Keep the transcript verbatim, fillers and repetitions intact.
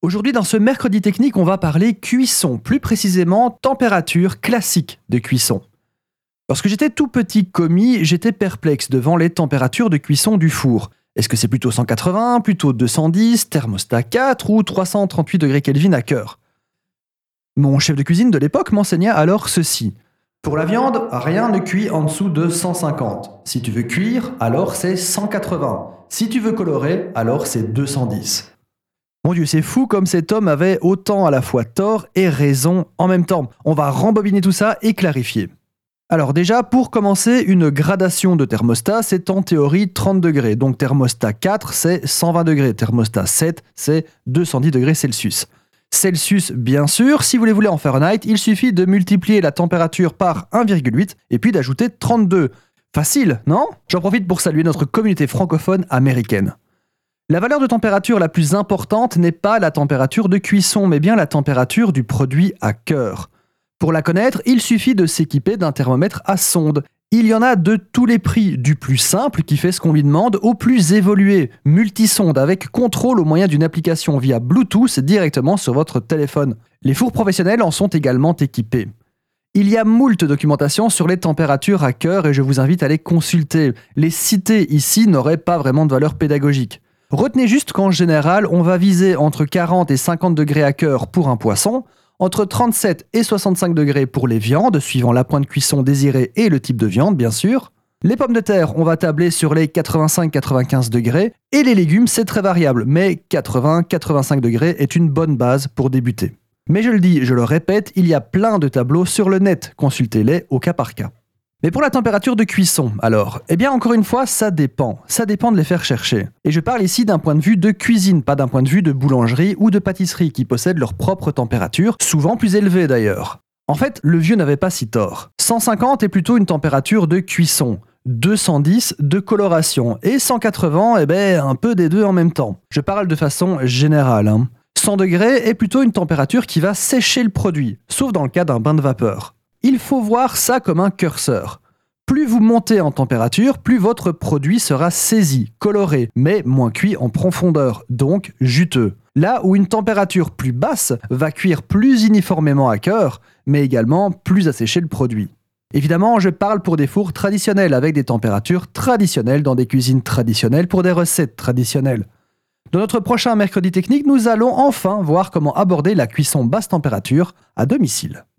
Aujourd'hui, dans ce mercredi technique, on va parler cuisson, plus précisément température classique de cuisson. Lorsque j'étais tout petit commis, j'étais perplexe devant les températures de cuisson du four. Est-ce que c'est plutôt cent quatre-vingts, plutôt deux cent dix, thermostat quatre ou trois cent trente-huit degrés Kelvin à cœur? Mon chef de cuisine de l'époque m'enseigna alors ceci. Pour la viande, rien ne cuit en dessous de cent cinquante. Si tu veux cuire, alors c'est cent quatre-vingts. Si tu veux colorer, alors c'est deux cent dix. Mon Dieu, c'est fou comme cet homme avait autant à la fois tort et raison en même temps. On va rembobiner tout ça et clarifier. Alors déjà, pour commencer, une gradation de thermostat, c'est en théorie trente degrés. Donc thermostat quatre, c'est cent vingt degrés. Thermostat sept, c'est deux cent dix degrés Celsius. Celsius, bien sûr, si vous les voulez en Fahrenheit, il suffit de multiplier la température par un virgule huit et puis d'ajouter trente-deux. Facile, non? J'en profite pour saluer notre communauté francophone américaine. La valeur de température la plus importante n'est pas la température de cuisson, mais bien la température du produit à cœur. Pour la connaître, il suffit de s'équiper d'un thermomètre à sonde. Il y en a de tous les prix, du plus simple qui fait ce qu'on lui demande au plus évolué, multisonde avec contrôle au moyen d'une application via Bluetooth directement sur votre téléphone. Les fours professionnels en sont également équipés. Il y a moult documentation sur les températures à cœur et je vous invite à les consulter. Les citer ici n'auraient pas vraiment de valeur pédagogique. Retenez juste qu'en général, on va viser entre quarante et cinquante degrés à cœur pour un poisson, entre trente-sept et soixante-cinq degrés pour les viandes, suivant la pointe de cuisson désirée et le type de viande, bien sûr. Les pommes de terre, on va tabler sur les quatre-vingt-cinq à quatre-vingt-quinze degrés, et les légumes, c'est très variable, mais quatre-vingts à quatre-vingt-cinq degrés est une bonne base pour débuter. Mais je le dis, je le répète, il y a plein de tableaux sur le net, consultez-les au cas par cas. Mais pour la température de cuisson, alors, eh bien encore une fois, ça dépend. Ça dépend de les faire chercher. Et je parle ici d'un point de vue de cuisine, pas d'un point de vue de boulangerie ou de pâtisserie qui possèdent leur propre température, souvent plus élevée d'ailleurs. En fait, le vieux n'avait pas si tort. cent cinquante est plutôt une température de cuisson, deux cent dix de coloration, et cent quatre-vingts, eh ben, un peu des deux en même temps. Je parle de façon générale. Hein. cent degrés est plutôt une température qui va sécher le produit, sauf dans le cas d'un bain de vapeur. Il faut voir ça comme un curseur. Plus vous montez en température, plus votre produit sera saisi, coloré, mais moins cuit en profondeur, donc juteux. Là où une température plus basse va cuire plus uniformément à cœur, mais également plus assécher le produit. Évidemment, je parle pour des fours traditionnels, avec des températures traditionnelles dans des cuisines traditionnelles pour des recettes traditionnelles. Dans notre prochain mercredi technique, nous allons enfin voir comment aborder la cuisson basse température à domicile.